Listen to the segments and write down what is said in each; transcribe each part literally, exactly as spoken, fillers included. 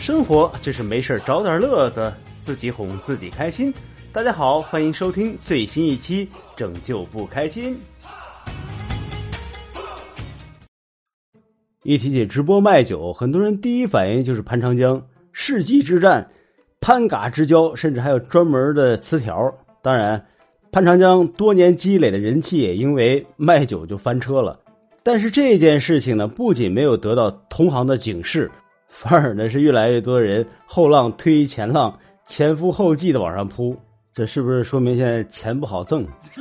生活就是没事找点乐子，自己哄自己开心。大家好，欢迎收听最新一期《拯救不开心》。一提起直播卖酒，很多人第一反应就是潘长江世纪之战、潘嘎之交，甚至还有专门的词条。当然，潘长江多年积累的人气也因为卖酒就翻车了。但是这件事情呢，不仅没有得到同行的警示，反而呢是越来越多的人后浪推前浪，前赴后继的往上扑。这是不是说明现在钱不好挣？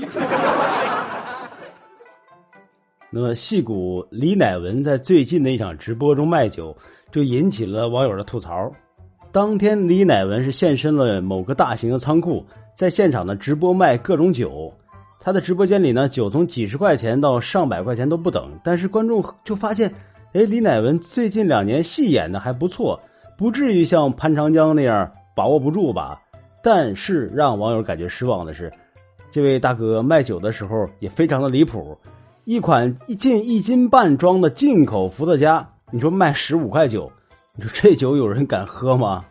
那么戏骨李乃文在最近的一场直播中卖酒，就引起了网友的吐槽。当天李乃文是现身了某个大型的仓库，在现场的直播卖各种酒。他的直播间里呢，酒从几十块钱到上百块钱都不等，但是观众就发现，哎，李乃文最近两年戏演的还不错，不至于像潘长江那样把握不住吧。但是让网友感觉失望的是，这位大哥卖酒的时候也非常的离谱。一款一斤一斤半装的进口伏特加，你说卖十五块九，你说这酒有人敢喝吗？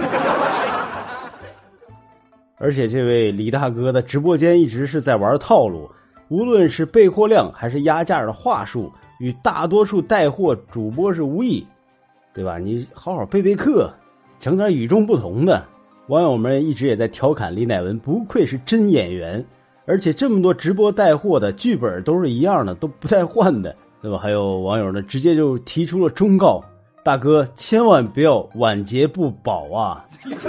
而且这位李大哥的直播间一直是在玩套路，无论是备货量还是压价的话术，与大多数带货主播是无异，对吧？你好好备备课，整点与众不同的。网友们一直也在调侃李乃文不愧是真演员，而且这么多直播带货的剧本都是一样的，都不带换的，对吧？还有网友呢直接就提出了忠告，大哥千万不要晚节不保啊。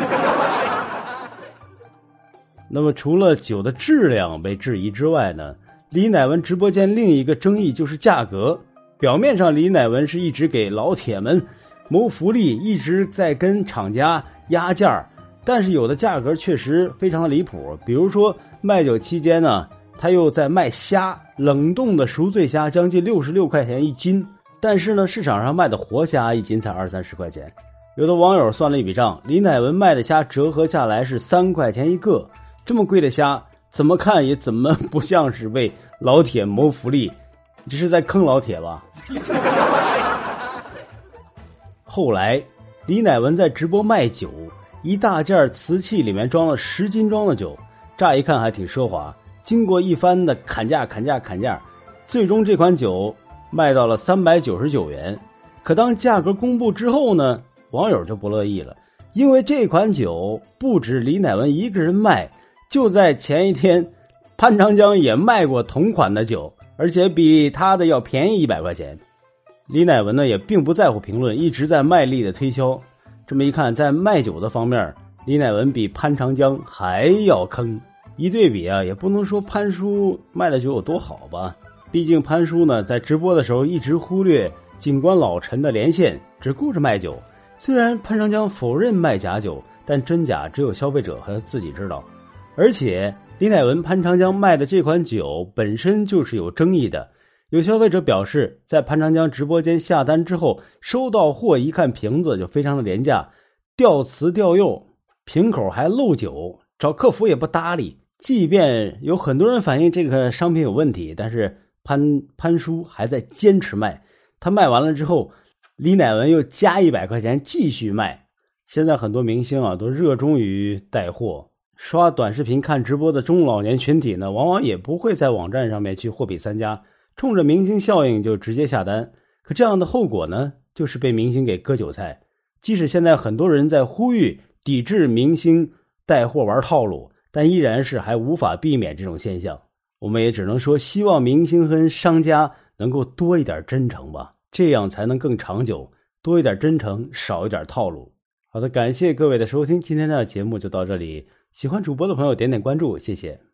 那么除了酒的质量被质疑之外呢，李乃文直播间另一个争议就是价格。表面上李乃文是一直给老铁们谋福利，一直在跟厂家压价，但是有的价格确实非常的离谱。比如说卖酒期间呢，他又在卖虾，冷冻的熟醉虾将近六十六块钱一斤，但是呢市场上卖的活虾一斤才二三十块钱。有的网友算了一笔账，李乃文卖的虾折合下来是三块钱一个，这么贵的虾怎么看也怎么不像是为老铁谋福利，这是在坑老铁吧。后来李乃文在直播卖酒，一大件瓷器里面装了十斤装的酒，乍一看还挺奢华，经过一番的砍价砍价砍价，最终这款酒卖到了三百九十九元。可当价格公布之后呢，网友就不乐意了，因为这款酒不止李乃文一个人卖，就在前一天潘长江也卖过同款的酒，而且比他的要便宜一百块钱。李乃文呢也并不在乎评论，一直在卖力的推销。这么一看，在卖酒的方面，李乃文比潘长江还要坑。一对比啊，也不能说潘叔卖的酒有多好吧，毕竟潘叔呢在直播的时候一直忽略警官老陈的连线，只顾着卖酒。虽然潘长江否认卖假酒，但真假只有消费者和他自己知道。而且李乃文潘长江卖的这款酒本身就是有争议的，有消费者表示，在潘长江直播间下单之后，收到货一看瓶子就非常的廉价，掉瓷掉釉，瓶口还漏酒，找客服也不搭理。即便有很多人反映这个商品有问题，但是潘潘叔还在坚持卖。他卖完了之后，李乃文又加一百块钱继续卖。现在很多明星啊都热衷于带货，刷短视频看直播的中老年群体呢，往往也不会在网站上面去货比三家，冲着明星效应就直接下单。可这样的后果呢，就是被明星给割韭菜。即使现在很多人在呼吁抵制明星带货玩套路，但依然是还无法避免这种现象。我们也只能说，希望明星和商家能够多一点真诚吧，这样才能更长久。多一点真诚，少一点套路。好的，感谢各位的收听，今天的节目就到这里。喜欢主播的朋友点点关注，谢谢。